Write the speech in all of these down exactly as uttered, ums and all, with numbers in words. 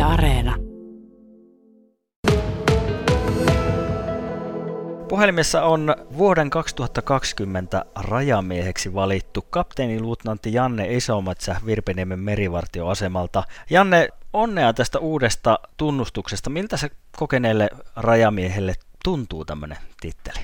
Areena. Puhelimessa on vuoden kaksituhattakaksikymmentä rajamieheksi valittu kapteeniluutnantti Janne Isometsä Virpiniemen merivartioasemalta. Janne, onnea tästä uudesta tunnustuksesta. Miltä se kokeneelle rajamiehelle tuntuu tämmöinen titteli?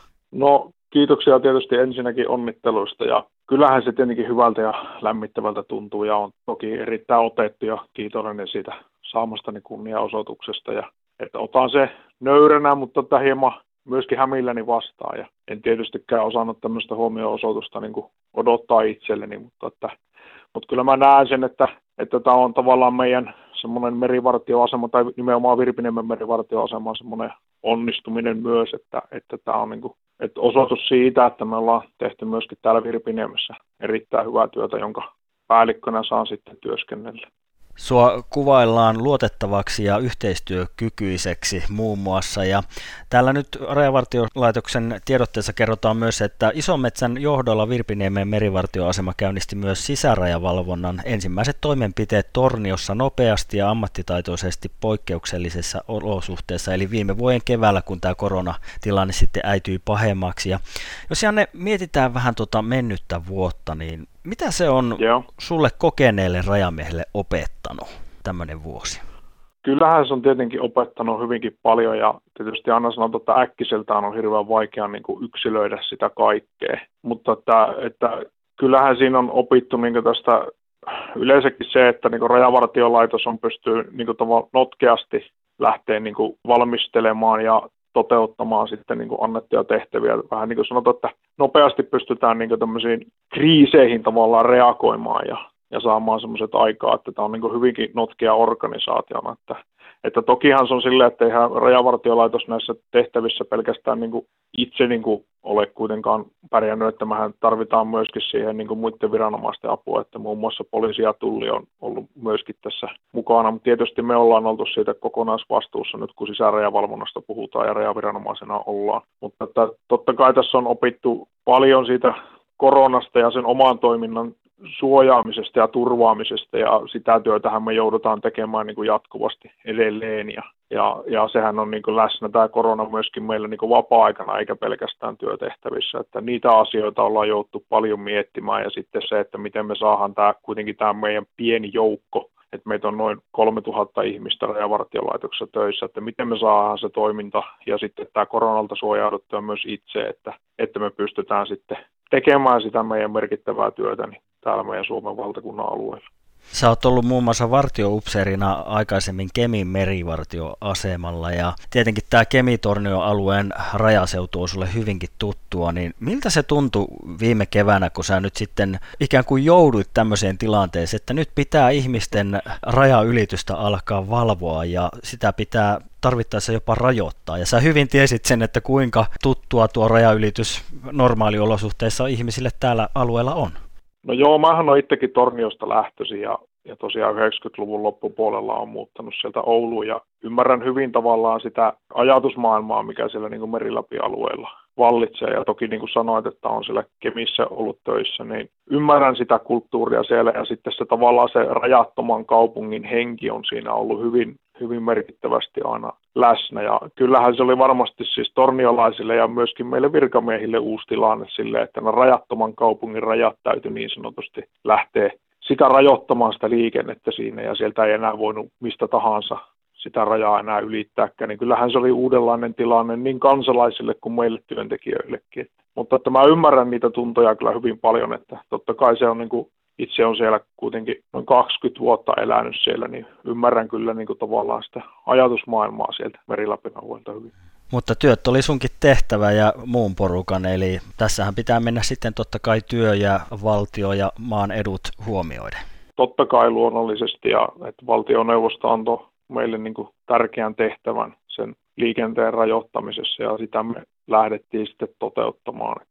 No kiitoksia tietysti ensinnäkin onnitteluista ja kyllähän se tietenkin hyvältä ja lämmittävältä tuntuu ja on toki erittäin otettu ja kiitollinen siitä saamastani kunniaosoituksesta ja että otan se nöyränä, mutta tota hieman myöskin hämilläni vastaan ja en tietystikään osannut tämmöistä huomio-osoitusta niin kuin odottaa itselleni, mutta, että, mutta kyllä mä näen sen, että, että tämä on tavallaan meidän semmoinen merivartioasema tai nimenomaan Virpiniemen merivartioasema semmoinen onnistuminen myös, että, että tämä on niin kuin, että osoitus siitä, että me ollaan tehty myöskin täällä Virpiniemessä erittäin hyvää työtä, jonka päällikkönä saan sitten työskennellä. Sua kuvaillaan luotettavaksi ja yhteistyökykyiseksi muun muassa. Ja täällä nyt Rajavartiolaitoksen tiedotteessa kerrotaan myös, että Isometsän johdolla Virpiniemen merivartioasema käynnisti myös sisärajavalvonnan ensimmäiset toimenpiteet Torniossa nopeasti ja ammattitaitoisesti poikkeuksellisessa olosuhteessa, eli viime vuoden keväällä, kun tämä koronatilanne sitten äityi pahemmaksi. Ja jos Janne mietitään vähän tuota mennyttä vuotta, niin mitä se on Joo. sulle kokeneelle rajamiehelle opettanut tämmöinen vuosi? Kyllähän se on tietenkin opettanut hyvinkin paljon ja tietysti aina sanotaan, että äkkiseltään on hirveän vaikea niin kuin yksilöidä sitä kaikkea. Mutta että, että kyllähän siinä on opittu niin tästä yleensäkin se, että niin Rajavartiolaitos on pystyy niin notkeasti lähteä niin valmistelemaan ja toteuttamaan sitten niin kuin annettuja tehtäviä. Vähän niin kuin sanotaan, että nopeasti pystytään niin kuin tämmöisiin kriiseihin tavallaan reagoimaan ja, ja saamaan semmoiset aikaa, että tämä on niin kuin hyvinkin notkea organisaationa. Että, että tokihan se on silleen, että eihän Rajavartiolaitos näissä tehtävissä pelkästään niin kuin itse niin kuin ole kuitenkaan pärjännyt, että mehän tarvitaan myöskin siihen niin kuin muiden viranomaisten apua, että muun muassa poliisi ja tulli on ollut myöskin tässä mukana, mutta tietysti me ollaan oltu siitä kokonaisvastuussa nyt, kun sisärajavalvonnasta puhutaan ja rajaviranomaisena ollaan, mutta että totta kai tässä on opittu paljon siitä koronasta ja sen oman toiminnan suojaamisesta ja turvaamisesta ja sitä työtähän me joudutaan tekemään niin kuin jatkuvasti edelleen ja, ja, ja sehän on niin kuin läsnä tämä korona myöskin meillä niin kuin vapaa-aikana eikä pelkästään työtehtävissä, että niitä asioita ollaan jouduttu paljon miettimään ja sitten se, että miten me saadaan tämä, kuitenkin tämä meidän pieni joukko, että meitä on noin kolmetuhatta ihmistä Rajavartiolaitoksessa töissä, että miten me saadaan se toiminta ja sitten tämä koronalta suojauduttua myös itse, että, että me pystytään sitten tekemään sitä meidän merkittävää työtä niin täällä meidän Suomen valtakunnan alueella. Sä oot ollut muun muassa vartioupseerina aikaisemmin Kemin merivartioasemalla ja tietenkin tämä Kemi-Tornio-alueen rajaseutu on sulle hyvinkin tuttua, niin miltä se tuntui viime keväänä, kun sä nyt sitten ikään kuin jouduit tämmöiseen tilanteeseen, että nyt pitää ihmisten rajaylitystä alkaa valvoa ja sitä pitää tarvittaessa jopa rajoittaa. Ja sä hyvin tiesit sen, että kuinka tuttua tuo rajaylitys normaaliolosuhteissa ihmisille täällä alueella on. No joo, mähän olen itsekin Torniosta lähtöisin ja, ja tosiaan yhdeksänkymmentäluvun loppupuolella on muuttanut sieltä Ouluun ja ymmärrän hyvin tavallaan sitä ajatusmaailmaa, mikä siellä niin kuin Meri-Lapin-alueella vallitsee. Ja toki niin kuin sanoit, että on siellä Kemissä ollut töissä, niin ymmärrän sitä kulttuuria siellä ja sitten se tavallaan se rajattoman kaupungin henki on siinä ollut hyvin, hyvin merkittävästi aina läsnä. Ja kyllähän se oli varmasti siis torniolaisille ja myöskin meille virkamiehille uusi tilanne sille, että ne rajattoman kaupungin rajat täytyi niin sanotusti lähteä sitä rajoittamaan sitä liikennettä siinä ja sieltä ei enää voinut mistä tahansa sitä rajaa enää ylittääkään, niin kyllähän se oli uudenlainen tilanne niin kansalaisille kuin meille työntekijöillekin. Mutta että mä ymmärrän niitä tuntoja kyllä hyvin paljon, että totta kai se on niin kuin, itse on siellä kuitenkin noin kaksikymmentä vuotta elänyt siellä, niin ymmärrän kyllä niin kuin tavallaan sitä ajatusmaailmaa sieltä Meri-Lapin alueelta hyvin. Mutta työt oli sunkin tehtävä ja muun porukan, eli tässähän pitää mennä sitten totta kai työ ja valtio ja maan edut huomioiden. Totta kai luonnollisesti, ja että valtioneuvosto antoi meille niin kuin tärkeän tehtävän sen liikenteen rajoittamisessa, ja sitä me lähdettiin sitten toteuttamaan. Että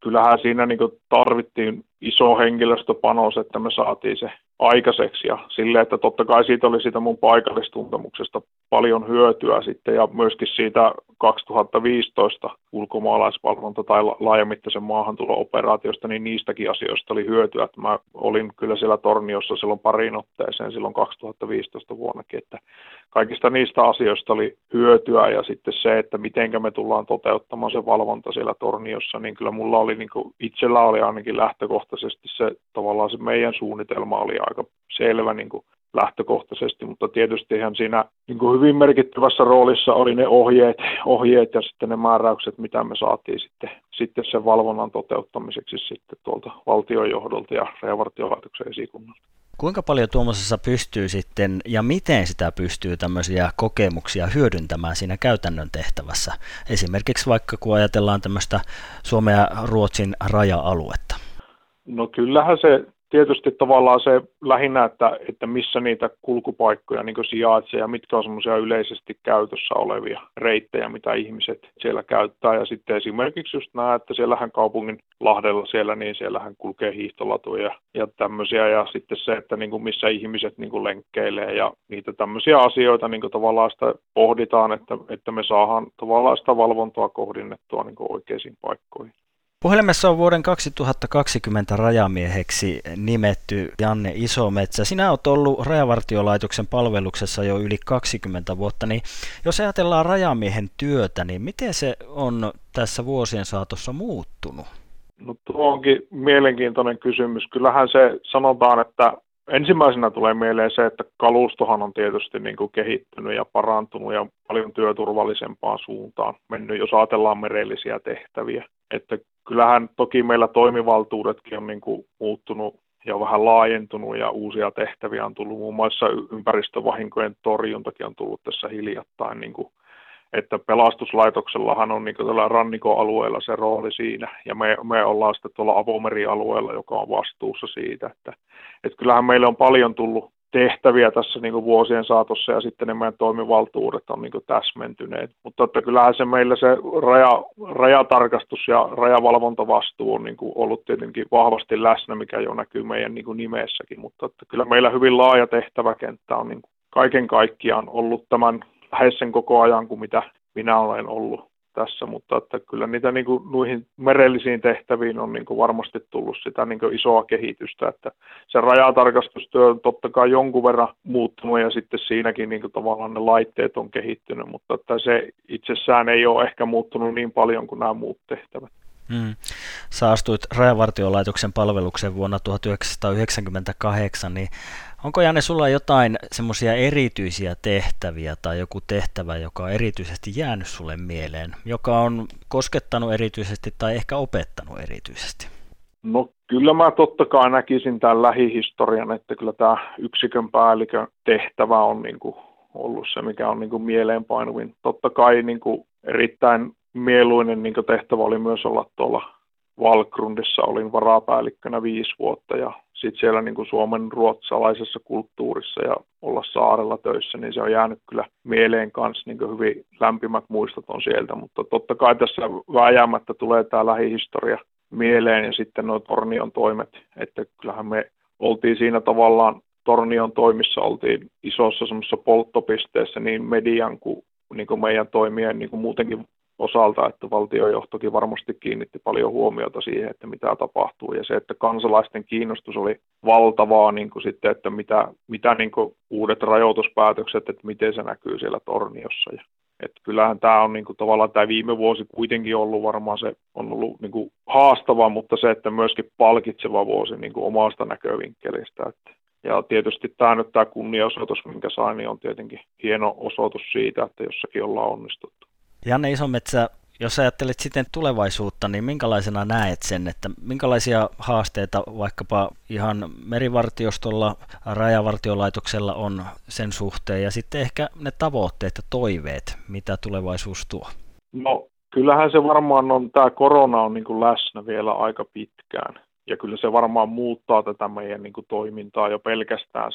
kyllähän siinä niin kuin tarvittiin iso henkilöstöpanos, että me saatiin se aikaiseksi ja silleen, että totta kai siitä oli siitä mun paikallistuntemuksesta paljon hyötyä sitten ja myöskin siitä kaksituhattaviisitoista ulkomaalaisvalvonta tai laajamittaisen maahantulo-operaatiosta, niin niistäkin asioista oli hyötyä. Että mä olin kyllä siellä Torniossa silloin pariin otteeseen silloin kaksituhattaviisitoista vuonnakin, että kaikista niistä asioista oli hyötyä ja sitten se, että mitenkä me tullaan toteuttamaan se valvonta siellä Torniossa, niin kyllä mulla oli niin kuin, itsellä oli ainakin lähtökohtaisesti se tavallaan se meidän suunnitelma oli aika selvä niin kuin lähtökohtaisesti, mutta tietysti ihan siinä niin kuin hyvin merkittävässä roolissa oli ne ohjeet, ohjeet ja sitten ne määräykset, mitä me saatiin sitten, sitten sen valvonnan toteuttamiseksi sitten tuolta valtionjohdolta ja Rajavartiolaitoksen esikunnalta. Kuinka paljon tuommoisessa pystyy sitten ja miten sitä pystyy tämmöisiä kokemuksia hyödyntämään siinä käytännön tehtävässä? Esimerkiksi vaikka kun ajatellaan tämmöistä Suomen ja Ruotsin raja-aluetta. No kyllähän se tietysti tavallaan se lähinnä, että, että missä niitä kulkupaikkoja niin sijaitsee ja mitkä on semmoisia yleisesti käytössä olevia reittejä, mitä ihmiset siellä käyttää. Ja sitten esimerkiksi just nämä, että siellähän kaupungin Lahdella siellä, niin siellähän kulkee hiihtolatuja ja tämmöisiä. Ja sitten se, että niin kuin missä ihmiset niin kuin lenkkeilee ja niitä tämmöisiä asioita niin kuin tavallaan sitä pohditaan, että, että me saadaan tavallaan sitä valvontaa kohdennettua niin kuin oikeisiin paikkoihin. Puhelimessa on vuoden kaksituhattakaksikymmentä rajamieheksi nimetty Janne Isometsä. Sinä olet ollut Rajavartiolaitoksen palveluksessa jo yli kaksikymmentä vuotta, niin jos ajatellaan rajamiehen työtä, niin miten se on tässä vuosien saatossa muuttunut? No tuo onkin mielenkiintoinen kysymys. Kyllähän se sanotaan, että ensimmäisenä tulee mieleen se, että kalustohan on tietysti niin kuin kehittynyt ja parantunut ja paljon työturvallisempaan suuntaan mennyt, jos ajatellaan merellisiä tehtäviä. Että kyllähän toki meillä toimivaltuudetkin on niin kuin muuttunut ja vähän laajentunut ja uusia tehtäviä on tullut. Muun muassa ympäristövahinkojen torjuntakin on tullut tässä hiljattain, niin kuin, että pelastuslaitoksellahan on niin kuin tällä rannikkoalueella se rooli siinä ja me, me ollaan sitten tuolla avomerialueella, joka on vastuussa siitä. Että, että kyllähän meillä on paljon tullut tehtäviä tässä niin kuin vuosien saatossa ja sitten ne meidän toimivaltuudet on niin kuin täsmentyneet. Mutta että kyllähän se meillä se raja, rajatarkastus ja rajavalvontavastuu on niin kuin ollut tietenkin vahvasti läsnä, mikä jo näkyy meidän niin kuin nimessäkin. Mutta että kyllä meillä hyvin laaja tehtäväkenttä on niin kuin kaiken kaikkiaan ollut tämän lähes sen koko ajan kuin mitä minä olen ollut tässä, mutta että kyllä niitä niin kuin noihin merellisiin tehtäviin on niin kuin varmasti tullut sitä niin kuin isoa kehitystä, että se rajatarkastustyö on totta kai jonkun verran muuttunut ja sitten siinäkin niin kuin tavallaan ne laitteet on kehittynyt, mutta että se itsessään ei ole ehkä muuttunut niin paljon kuin nämä muut tehtävät. Hmm. Sä astuit Rajavartiolaitoksen palvelukseen vuonna tuhatyhdeksänsataayhdeksänkymmentäkahdeksan, niin onko Janne sulla jotain semmoisia erityisiä tehtäviä tai joku tehtävä, joka on erityisesti jäänyt sulle mieleen, joka on koskettanut erityisesti tai ehkä opettanut erityisesti? No kyllä mä totta kai näkisin tämän lähihistorian, että kyllä tämä yksikön päällikön tehtävä on niin kuin ollut se, mikä on niin kuin mieleenpainuvin. Totta kai niin kuin erittäin mieluinen niin kuin tehtävä oli myös olla tuolla Valgrundissa, olin varapäällikkönä viisi vuotta ja sitten siellä niin kuin Suomen ruotsalaisessa kulttuurissa ja olla saarella töissä, niin se on jäänyt kyllä mieleen kanssa, niin kuin hyvin lämpimät muistot on sieltä, mutta totta kai tässä vääjäämättä tulee tämä lähihistoria mieleen ja sitten nuo Tornion toimet, että kyllähän me oltiin siinä tavallaan, Tornion toimissa oltiin isossa semmoisessa polttopisteessä niin median kuin, niin kuin meidän toimien niin kuin muutenkin osalta, että valtiojohtokin varmasti kiinnitti paljon huomiota siihen, että mitä tapahtuu ja se, että kansalaisten kiinnostus oli valtavaa, niin kuin sitten, että mitä, mitä niin kuin uudet rajoituspäätökset, että miten se näkyy siellä Torniossa. Ja, että kyllähän tämä on niin kuin tavallaan tämä viime vuosi kuitenkin ollut varmaan se on ollut niin kuin haastava, mutta se, että myöskin palkitseva vuosi niin kuin omasta näkövinkkelistä. Että, ja tietysti tämä nyt tämä kunniaosoitus, minkä sain, niin on tietenkin hieno osoitus siitä, että jossakin ollaan onnistuttu. Janne Isometsä, jos ajattelet sitten tulevaisuutta, niin minkälaisena näet sen, että minkälaisia haasteita vaikkapa ihan merivartiostolla, rajavartiolaitoksella on sen suhteen ja sitten ehkä ne tavoitteet ja toiveet, mitä tulevaisuus tuo? No kyllähän se varmaan on, tämä korona on niin kuin läsnä vielä aika pitkään ja kyllä se varmaan muuttaa tätä meidän niin kuin toimintaa jo pelkästään se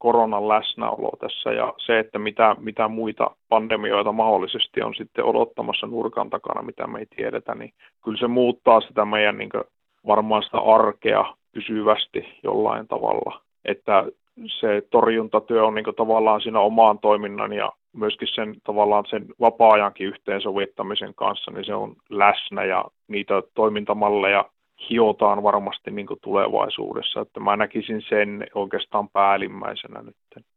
koronan läsnäolo tässä ja se, että mitä, mitä muita pandemioita mahdollisesti on sitten odottamassa nurkan takana, mitä me ei tiedetä, niin kyllä se muuttaa sitä meidän niin kuin, varmaan sitä arkea pysyvästi jollain tavalla, että se torjuntatyö on niin kuin, tavallaan siinä omaan toiminnan ja myöskin sen tavallaan sen vapaa-ajankin yhteensovittamisen kanssa, niin se on läsnä ja niitä toimintamalleja hiotaan varmasti niin kuin tulevaisuudessa, että mä näkisin sen oikeastaan päällimmäisenä nyt.